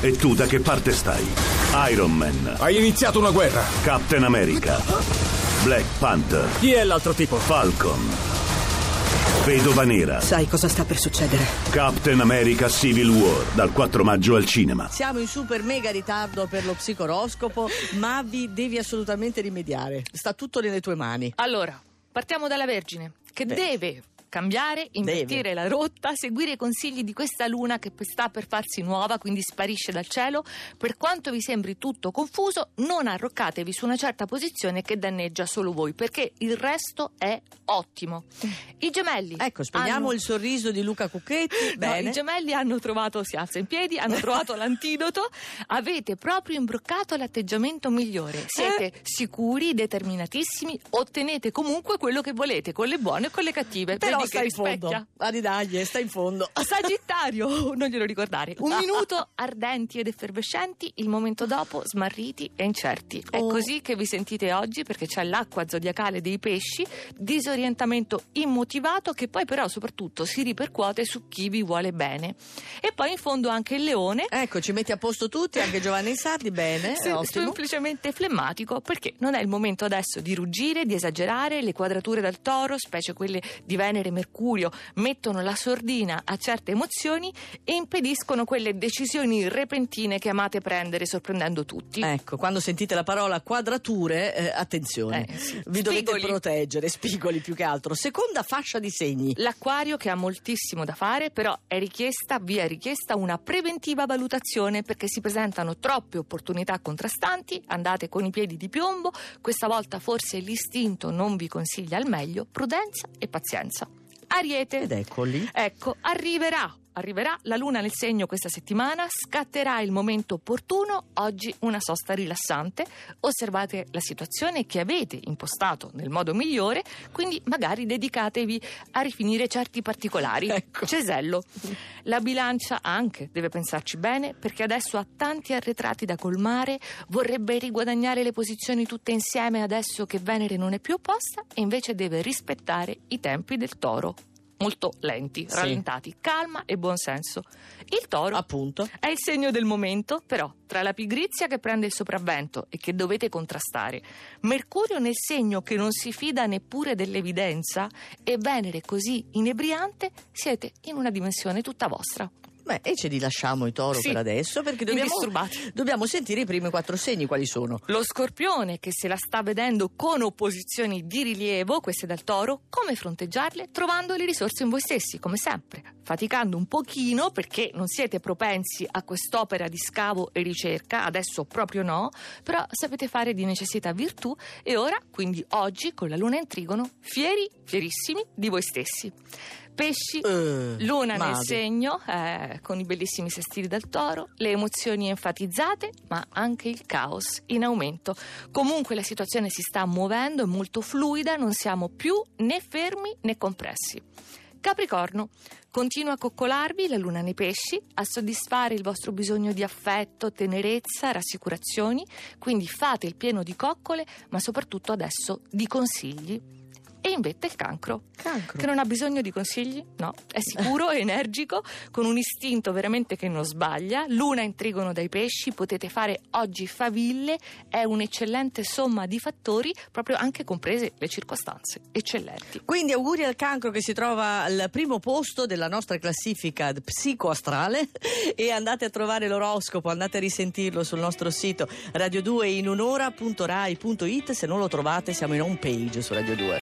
E tu da che parte stai? Iron Man, Hai iniziato una guerra. Captain America, Black Panther, Chi è l'altro tipo? Falcon, Vedova Nera. Sai cosa sta per succedere? Captain America Civil War, dal 4 maggio al cinema. Siamo in super mega ritardo per lo psicoroscopo, ma vi devi assolutamente rimediare. Sta tutto nelle tue mani. Allora, partiamo dalla Vergine, che deve cambiare, invertire la rotta, seguire i consigli di questa luna che sta per farsi nuova, quindi sparisce dal cielo. Per quanto vi sembri tutto confuso, non arroccatevi su una certa posizione che danneggia solo voi, perché il resto è ottimo. I Gemelli. Ecco, spegniamo il sorriso di Luca Cucchetti. Bene. No, i Gemelli hanno trovato, si alza in piedi, hanno trovato l'antidoto. Avete proprio imbroccato l'atteggiamento migliore. Siete sicuri, determinatissimi, ottenete comunque quello che volete, con le buone e con le cattive. Però Vedi sta che in fondo. rispecchia. Dai, sta in fondo. Sagittario, non glielo ricordare. Un minuto ardenti ed effervescenti, il momento dopo smarriti e incerti. È così che vi sentite oggi, perché c'è l'acqua zodiacale dei pesci, disorientamento immotivato che poi però soprattutto si ripercuote su chi vi vuole bene. E poi in fondo anche il leone. Ecco, ci metti a posto tutti, anche Giovanni Sardi, bene, ottimo. Semplicemente flemmatico, perché non è il momento adesso di ruggire, di esagerare. Le quadrature dal toro, specie quelle di Venere e Mercurio, mettono la sordina a certe emozioni e impediscono quelle decisioni repentine che amate prendere sorprendendo tutti. Ecco, quando sentite la parola quadrature, attenzione, sì. vi dovete Spigoli. proteggere, spigoli più che altro. Seconda fascia di segni. L'Acquario, che ha moltissimo da fare, però vi è richiesta una preventiva valutazione, perché si presentano troppe opportunità contrastanti. Andate con i piedi di piombo, questa volta forse l'istinto non vi consiglia il meglio. Prudenza e pazienza. Ariete. Ed eccoli. Ecco, arriverà la luna nel segno questa settimana, scatterà il momento opportuno. Oggi una sosta rilassante. Osservate la situazione che avete impostato nel modo migliore, quindi magari dedicatevi a rifinire certi particolari. Ecco. Cesello. La Bilancia anche deve pensarci bene, perché adesso ha tanti arretrati da colmare, vorrebbe riguadagnare le posizioni tutte insieme adesso che Venere non è più opposta, e invece deve rispettare i tempi del Toro. Molto lenti, Sì. rallentati, calma e buonsenso. Il Toro Appunto. è il segno del momento, però tra la pigrizia che prende il sopravvento e che dovete contrastare, Mercurio nel segno che non si fida neppure dell'evidenza, e Venere così inebriante, siete in una dimensione tutta vostra. Beh, e ce li lasciamo i Toro Sì. per adesso, perché Indisturbati. dobbiamo sentire i primi 4 segni, quali sono. Lo Scorpione, che se la sta vedendo con opposizioni di rilievo, queste dal Toro, come fronteggiarle? Trovando le risorse in voi stessi, come sempre, faticando un pochino perché non siete propensi a quest'opera di scavo e ricerca, adesso proprio no, però sapete fare di necessità virtù, e ora, quindi oggi, con la luna in trigono, fierissimi di voi stessi. Pesci, luna nel segno, con i bellissimi sestili dal Toro, le emozioni enfatizzate, ma anche il caos in aumento. Comunque la situazione si sta muovendo, è molto fluida, non siamo più né fermi né compressi. Capricorno, continua a coccolarvi la luna nei pesci, a soddisfare il vostro bisogno di affetto, tenerezza, rassicurazioni, quindi fate il pieno di coccole, ma soprattutto adesso di consigli. E invece il Cancro, che non ha bisogno di consigli, no, è sicuro, è energico, con un istinto veramente che non sbaglia. Luna in trigono dai pesci, potete fare oggi faville, è un'eccellente somma di fattori, proprio anche comprese le circostanze eccellenti. Quindi auguri al Cancro, che si trova al primo posto della nostra classifica psicoastrale, e andate a trovare l'oroscopo, andate a risentirlo sul nostro sito radio2inunora.rai.it. Se non lo trovate, siamo in home page su Radio 2.